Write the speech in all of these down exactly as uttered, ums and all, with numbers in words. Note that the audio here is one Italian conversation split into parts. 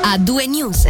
A due News.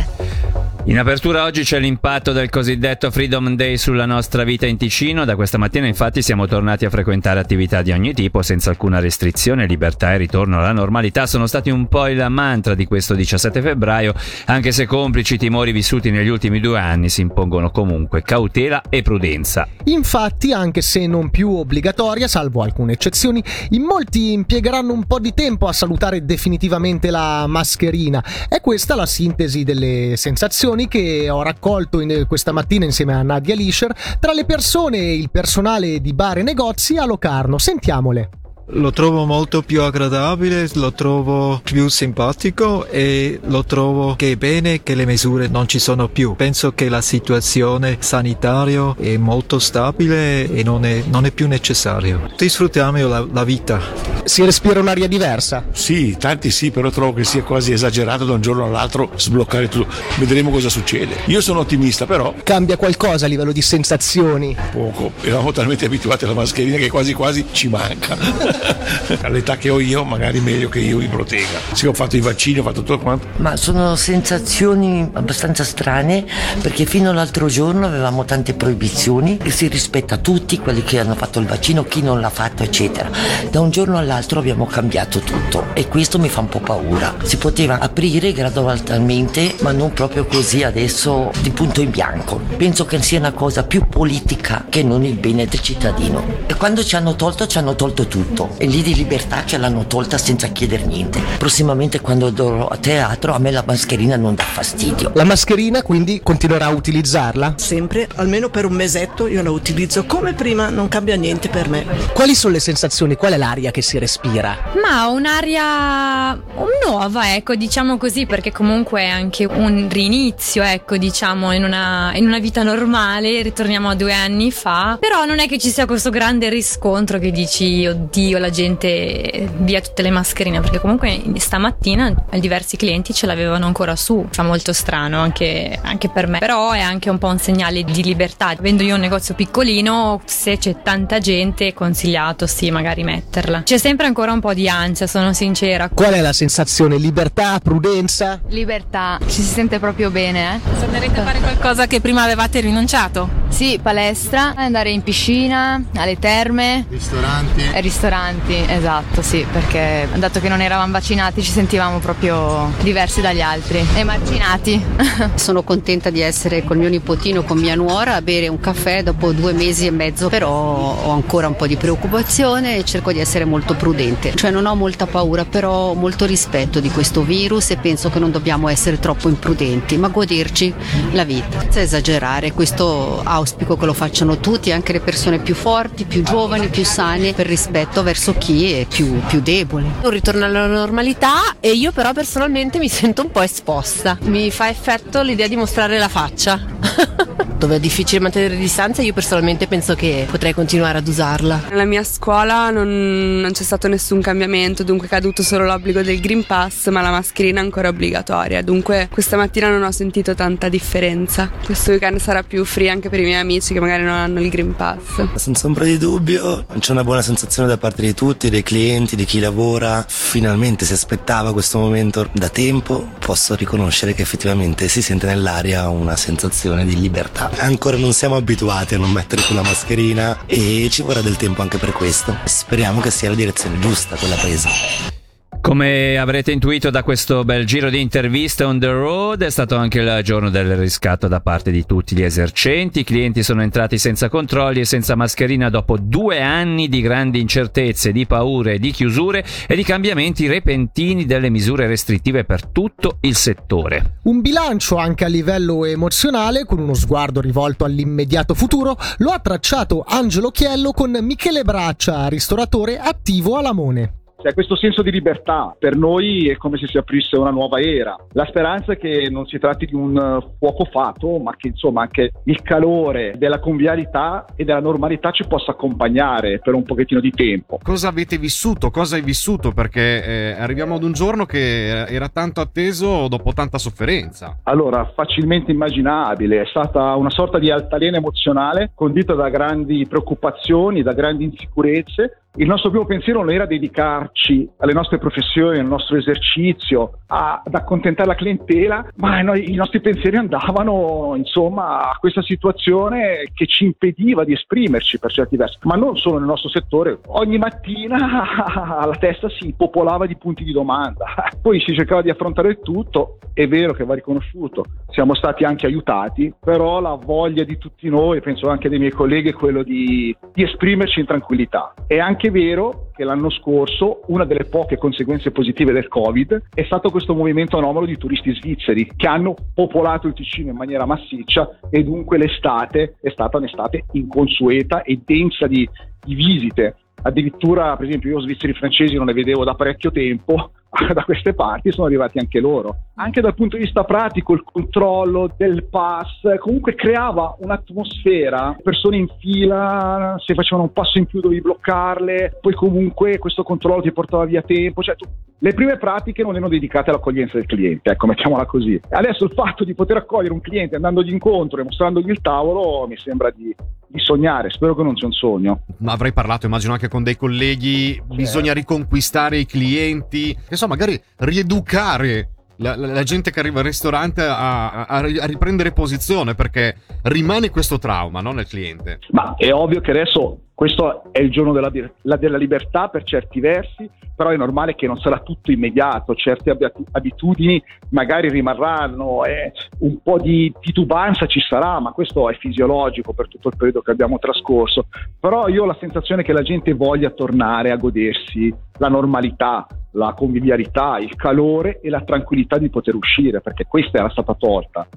In apertura oggi c'è l'impatto del cosiddetto Freedom Day sulla nostra vita in Ticino. Da questa mattina infatti siamo tornati a frequentare attività di ogni tipo senza alcuna restrizione. Libertà e ritorno alla normalità sono stati un po' il mantra di questo diciassette febbraio, anche se complici i timori vissuti negli ultimi due anni si impongono comunque cautela e prudenza. Infatti, anche se non più obbligatoria, salvo alcune eccezioni, in molti impiegheranno un po' di tempo a salutare definitivamente la mascherina. È questa la sintesi delle sensazioni che ho raccolto in, questa mattina insieme a Nadia Lischer tra le persone e il personale di bar e negozi a Locarno. Sentiamole. Lo trovo molto più agradabile, lo trovo più simpatico e lo trovo che è bene che le misure non ci sono più. Penso che la situazione sanitaria è molto stabile e non è, non è più necessario. Disfruttiamo la, la vita. Si respira un'aria diversa? Sì, tanti sì, però trovo che sia quasi esagerato da un giorno all'altro sbloccare tutto. Vedremo cosa succede. Io sono ottimista, però... Cambia qualcosa a livello di sensazioni? Poco. Eravamo talmente abituati alla mascherina che quasi quasi ci manca. All'età che ho io magari meglio che io mi protegga. Sì, ho fatto i vaccini, ho fatto tutto quanto. Ma sono sensazioni abbastanza strane, perché fino all'altro giorno avevamo tante proibizioni e si rispetta tutti quelli che hanno fatto il vaccino, chi non l'ha fatto eccetera. Da un giorno all'altro abbiamo cambiato tutto e questo mi fa un po' paura. Si poteva aprire gradualmente, ma non proprio così adesso di punto in bianco. Penso che sia una cosa più politica che non il bene del cittadino. E quando ci hanno tolto ci hanno tolto tutto. E lì di libertà ce l'hanno tolta senza chiedere niente. Prossimamente quando andrò a teatro a me la mascherina non dà fastidio. La mascherina quindi continuerà a utilizzarla? Sempre, almeno per un mesetto io la utilizzo come prima, non cambia niente per me. Quali sono le sensazioni? Qual è l'aria che si respira? Ma un'aria nuova, ecco, diciamo così, perché comunque è anche un rinizio, ecco, diciamo, in una, in una vita normale. Ritorniamo a due anni fa, però non è che ci sia questo grande riscontro che dici oddio la gente via tutte le mascherine, perché comunque stamattina diversi clienti ce l'avevano ancora su. Fa molto strano anche, anche per me, però è anche un po' un segnale di libertà. Avendo io un negozio piccolino, se c'è tanta gente è consigliato sì magari metterla. C'è sempre ancora un po' di ansia, sono sincera. Qual è la sensazione? Libertà, prudenza? Libertà, ci si sente proprio bene, eh? Tornerete a fare qualcosa che prima avevate rinunciato? Sì, palestra, andare in piscina, alle terme, ristoranti. E ristoranti, esatto, sì, perché dato che non eravamo vaccinati ci sentivamo proprio diversi dagli altri, emarginati. Sono contenta di essere col mio nipotino, con mia nuora, a bere un caffè dopo due mesi e mezzo, però ho ancora un po' di preoccupazione e cerco di essere molto prudente. Cioè non ho molta paura, però ho molto rispetto di questo virus e penso che non dobbiamo essere troppo imprudenti, ma goderci la vita. Senza esagerare, questo auspico che lo facciano tutti, anche le persone più forti, più giovani, più sane, per rispetto verso chi è più, più debole. Un ritorno alla normalità e io però personalmente mi sento un po' esposta. Mi fa effetto l'idea di mostrare la faccia. Dove è difficile mantenere le distanze, io personalmente penso che potrei continuare ad usarla. Nella mia scuola non, non c'è stato nessun cambiamento, dunque è caduto solo l'obbligo del Green Pass, ma la mascherina è ancora obbligatoria, dunque questa mattina non ho sentito tanta differenza. Questo weekend sarà più free anche per i miei amici che magari non hanno il Green Pass. Senza ombra di dubbio c'è una buona sensazione da parte di tutti, dei clienti, di chi lavora. Finalmente si aspettava questo momento da tempo. Posso riconoscere che effettivamente si sente nell'aria una sensazione di libertà. Ancora non siamo abituati a non mettere più la mascherina e ci vorrà del tempo anche per questo. Speriamo che sia la direzione giusta quella presa. Come avrete intuito da questo bel giro di interviste on the road, è stato anche il giorno del riscatto da parte di tutti gli esercenti. I clienti sono entrati senza controlli e senza mascherina dopo due anni di grandi incertezze, di paure, di chiusure e di cambiamenti repentini delle misure restrittive per tutto il settore. Un bilancio anche a livello emozionale, con uno sguardo rivolto all'immediato futuro, lo ha tracciato Angelo Chiello con Michele Braccia, ristoratore attivo a Lamone. C'è questo senso di libertà, per noi è come se si aprisse una nuova era. La speranza è che non si tratti di un fuoco fatto, ma che insomma anche il calore della convivialità e della normalità ci possa accompagnare per un pochettino di tempo. Cosa avete vissuto? Cosa hai vissuto? Perché eh, arriviamo ad un giorno che era tanto atteso dopo tanta sofferenza. Allora, facilmente immaginabile, è stata una sorta di altalena emozionale condita da grandi preoccupazioni, da grandi insicurezze. il nostro primo pensiero non era dedicarci alle nostre professioni, al nostro esercizio, a, ad accontentare la clientela, ma noi, i nostri pensieri andavano insomma a questa situazione che ci impediva di esprimerci per certi versi, ma non solo nel nostro settore. Ogni mattina la testa si popolava di punti di domanda, poi si cercava di affrontare il tutto. È vero che va riconosciuto, siamo stati anche aiutati, però la voglia di tutti noi, penso anche dei miei colleghi, è quello di, di esprimerci in tranquillità. È anche vero che l'anno scorso una delle poche conseguenze positive del Covid è stato questo movimento anomalo di turisti svizzeri che hanno popolato il Ticino in maniera massiccia, e dunque l'estate è stata un'estate inconsueta e densa di, di visite. Addirittura, per esempio, io svizzeri francesi non ne vedevo da parecchio tempo, da queste parti sono arrivati anche loro. Anche dal punto di vista pratico, il controllo del pass comunque creava un'atmosfera, persone in fila, se facevano un passo in più dovevi bloccarle, poi comunque questo controllo ti portava via tempo, cioè tu, le prime pratiche non erano dedicate all'accoglienza del cliente, ecco, mettiamola così. Adesso il fatto di poter accogliere un cliente andandogli incontro e mostrandogli il tavolo mi sembra di, di sognare, spero che non sia un sogno. Ma avrei parlato, immagino, anche con dei colleghi, certo. Bisogna riconquistare i clienti, che so, magari rieducare La, la, la gente che arriva al ristorante a, a, a riprendere posizione, perché rimane questo trauma, no, nel cliente. Ma è ovvio che adesso questo è il giorno della, la, della libertà per certi versi, però è normale che non sarà tutto immediato, certe abitudini magari rimarranno, eh, un po' di titubanza ci sarà, ma questo è fisiologico per tutto il periodo che abbiamo trascorso. Però io ho la sensazione che la gente voglia tornare a godersi la normalità, la convivialità, il calore e la tranquillità di poter uscire, perché questa era stata tolta.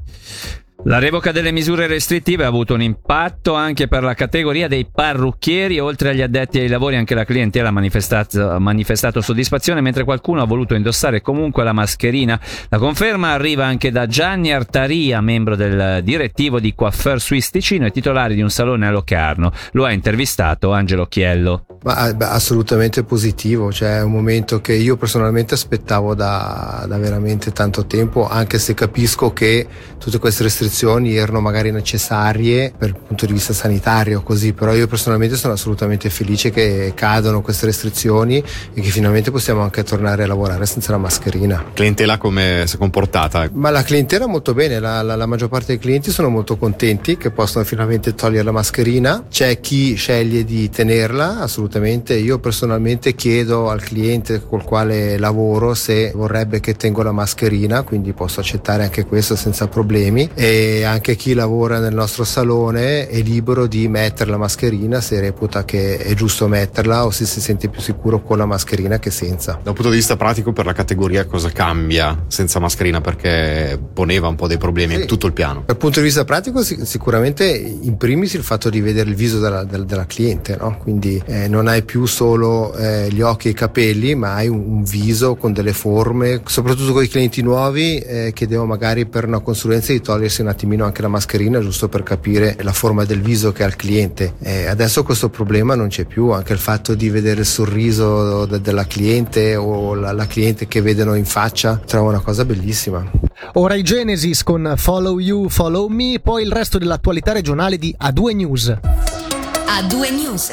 La revoca delle misure restrittive ha avuto un impatto anche per la categoria dei parrucchieri. Oltre agli addetti ai lavori, anche la clientela ha manifestato, ha manifestato soddisfazione, mentre qualcuno ha voluto indossare comunque la mascherina. La conferma arriva anche da Gianni Artaria, membro del direttivo di Coiffeur Suisse Ticino e titolare di un salone a Locarno. Lo ha intervistato Angelo Chiello. Ma, beh, assolutamente positivo, cioè è un momento che io personalmente aspettavo da, da veramente tanto tempo, anche se capisco che tutte queste restrizioni erano magari necessarie per il punto di vista sanitario, così, però io personalmente sono assolutamente felice che cadano queste restrizioni e che finalmente possiamo anche tornare a lavorare senza la mascherina. Clientela come si è comportata? Ma la clientela molto bene, la, la, la maggior parte dei clienti sono molto contenti che possono finalmente togliere la mascherina. C'è chi sceglie di tenerla, assolutamente. Io personalmente chiedo al cliente col quale lavoro se vorrebbe che tengo la mascherina, quindi posso accettare anche questo senza problemi, e anche chi lavora nel nostro salone è libero di mettere la mascherina se reputa che è giusto metterla o se si sente più sicuro con la mascherina che senza. Da un punto di vista pratico, per la categoria cosa cambia senza mascherina, perché poneva un po' dei problemi sì. Tutto il piano. Dal punto di vista pratico sicuramente in primis il fatto di vedere il viso della, della, della cliente, no? Quindi eh, non hai più solo eh, gli occhi e i capelli, ma hai un, un viso con delle forme, soprattutto con i clienti nuovi eh, che devo magari per una consulenza di togliersi un attimino anche la mascherina giusto per capire la forma del viso che ha il cliente. Eh, adesso questo problema non c'è più, anche il fatto di vedere il sorriso de- della cliente o la, la cliente che vedono in faccia, trovo una cosa bellissima. Ora i Genesis con Follow You, Follow Me, poi il resto dell'attualità regionale di A due News. A due News.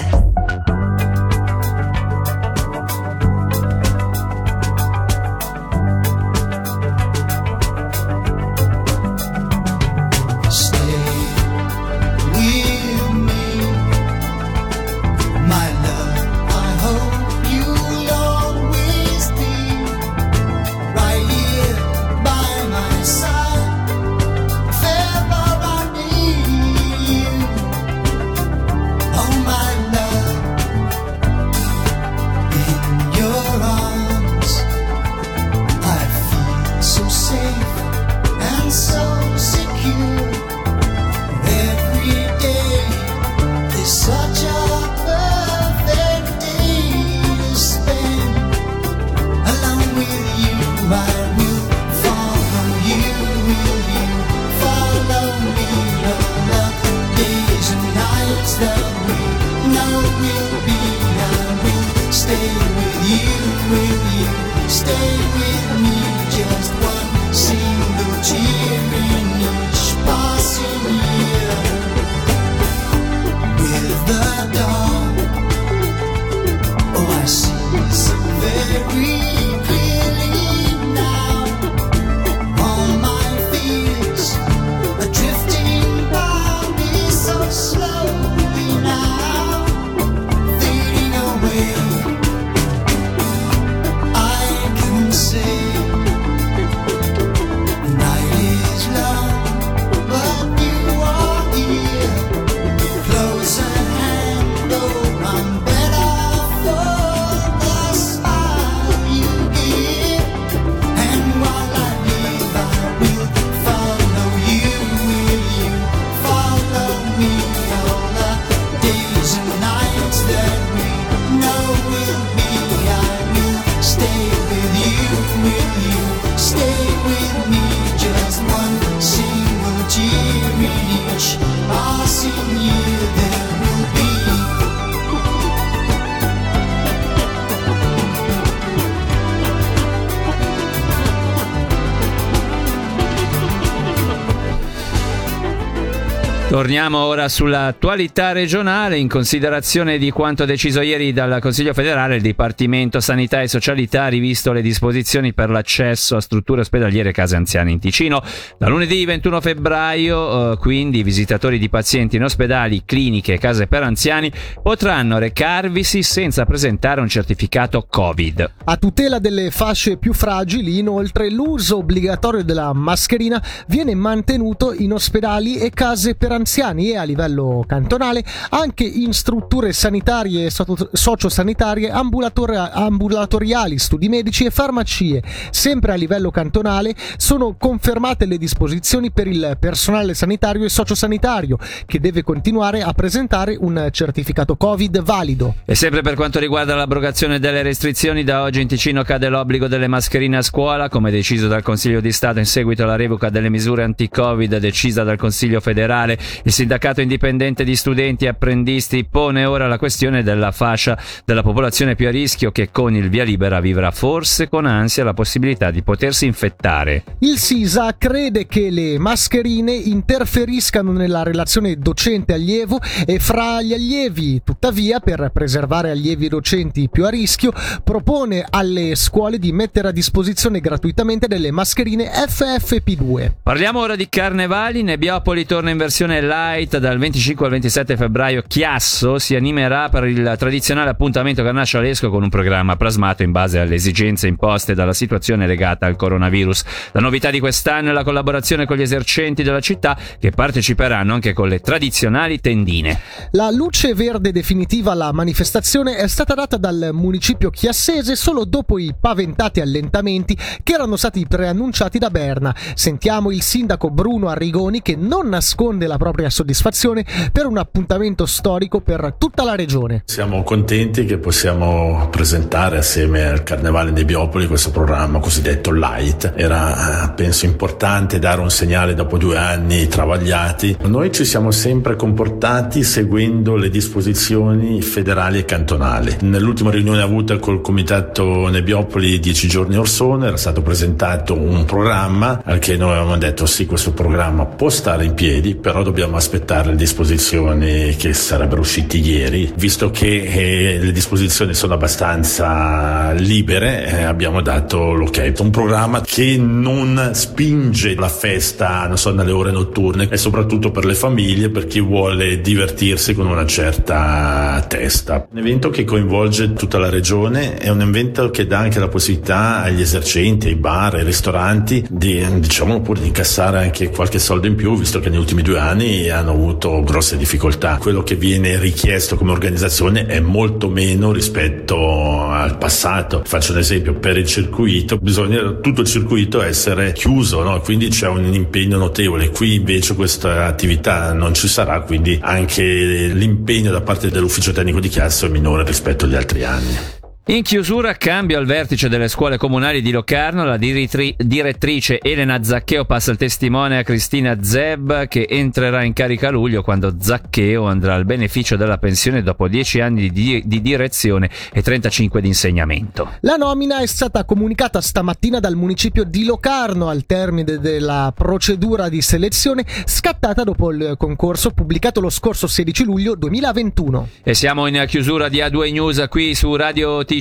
Torniamo ora sull'attualità regionale. In considerazione di quanto deciso ieri dal Consiglio federale, il Dipartimento Sanità e Socialità ha rivisto le disposizioni per l'accesso a strutture ospedaliere e case anziane in Ticino. Da lunedì ventuno febbraio, eh, quindi, i visitatori di pazienti in ospedali, cliniche e case per anziani potranno recarvisi senza presentare un certificato Covid. A tutela delle fasce più fragili, inoltre, l'uso obbligatorio della mascherina viene mantenuto in ospedali e case per anziani e a livello cantonale anche in strutture sanitarie e sociosanitarie, ambulatori- ambulatoriali, studi medici e farmacie. Sempre a livello cantonale sono confermate le disposizioni per il personale sanitario e sociosanitario, che deve continuare a presentare un certificato Covid valido. E sempre per quanto riguarda l'abrogazione delle restrizioni, da oggi in Ticino cade l'obbligo delle mascherine a scuola, come deciso dal Consiglio di Stato in seguito alla revoca delle misure anti-Covid decisa dal Consiglio federale. Il sindacato indipendente di studenti e apprendisti pone ora la questione della fascia della popolazione più a rischio, che con il via libera vivrà forse con ansia la possibilità di potersi infettare. Il SISA crede che le mascherine interferiscano nella relazione docente-allievo e fra gli allievi. Tuttavia, per preservare allievi e docenti più a rischio, propone alle scuole di mettere a disposizione gratuitamente delle mascherine F F P due. Parliamo ora di carnevali. Nebbiopoli torna in versione light dal venticinque al ventisette febbraio. Chiasso si animerà per il tradizionale appuntamento carnascialesco con un programma plasmato in base alle esigenze imposte dalla situazione legata al coronavirus. La novità di quest'anno è la collaborazione con gli esercenti della città, che parteciperanno anche con le tradizionali tendine. La luce verde definitiva alla manifestazione è stata data dal municipio chiassese solo dopo i paventati allentamenti che erano stati preannunciati da Berna. Sentiamo il sindaco Bruno Arrigoni, che non nasconde la propria soddisfazione per un appuntamento storico per tutta la regione. Siamo contenti che possiamo presentare assieme al Carnevale Nebbiopoli questo programma cosiddetto Light. Era, penso, importante dare un segnale dopo due anni travagliati. Noi ci siamo sempre comportati seguendo le disposizioni federali e cantonali. Nell'ultima riunione avuta col Comitato Nebbiopoli dieci giorni or sono era stato presentato un programma al che noi avevamo detto sì, questo programma può stare in piedi, però dobbiamo aspettare le disposizioni che sarebbero uscite ieri. Visto che eh, le disposizioni sono abbastanza libere, eh, abbiamo dato l'ok. Un programma che non spinge la festa, non so, nelle ore notturne, e soprattutto per le famiglie, per chi vuole divertirsi con una certa testa. Un evento che coinvolge tutta la regione, è un evento che dà anche la possibilità agli esercenti, ai bar, ai ristoranti di, diciamo, pure di incassare anche qualche soldo in più, visto che negli ultimi due anni hanno avuto grosse difficoltà. Quello che viene richiesto come organizzazione è molto meno rispetto al passato. Faccio un esempio: per il circuito bisogna tutto il circuito essere chiuso, no? Quindi c'è un impegno notevole. Qui invece questa attività non ci sarà, quindi anche l'impegno da parte dell'ufficio tecnico di Chiasso è minore rispetto agli altri anni. In chiusura, cambio al vertice delle scuole comunali di Locarno. La diretri- direttrice Elena Zaccheo passa il testimone a Cristina Zeb, che entrerà in carica a luglio, quando Zaccheo andrà al beneficio della pensione dopo dieci anni di, di direzione e trentacinque di insegnamento. La nomina è stata comunicata stamattina dal municipio di Locarno al termine della procedura di selezione scattata dopo il concorso pubblicato lo scorso sedici luglio duemilaventuno. E siamo in chiusura di A due News qui su Radio Ticino.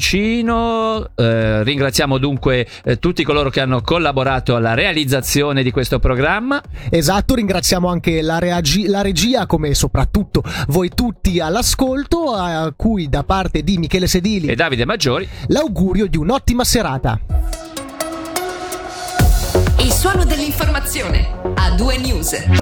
Eh, ringraziamo dunque eh, tutti coloro che hanno collaborato alla realizzazione di questo programma. Esatto, ringraziamo anche la, reagi- la regia, come soprattutto voi tutti all'ascolto, a cui da parte di Michele Sedili e Davide Maggiori l'augurio di un'ottima serata. Il suono dell'informazione. A due News.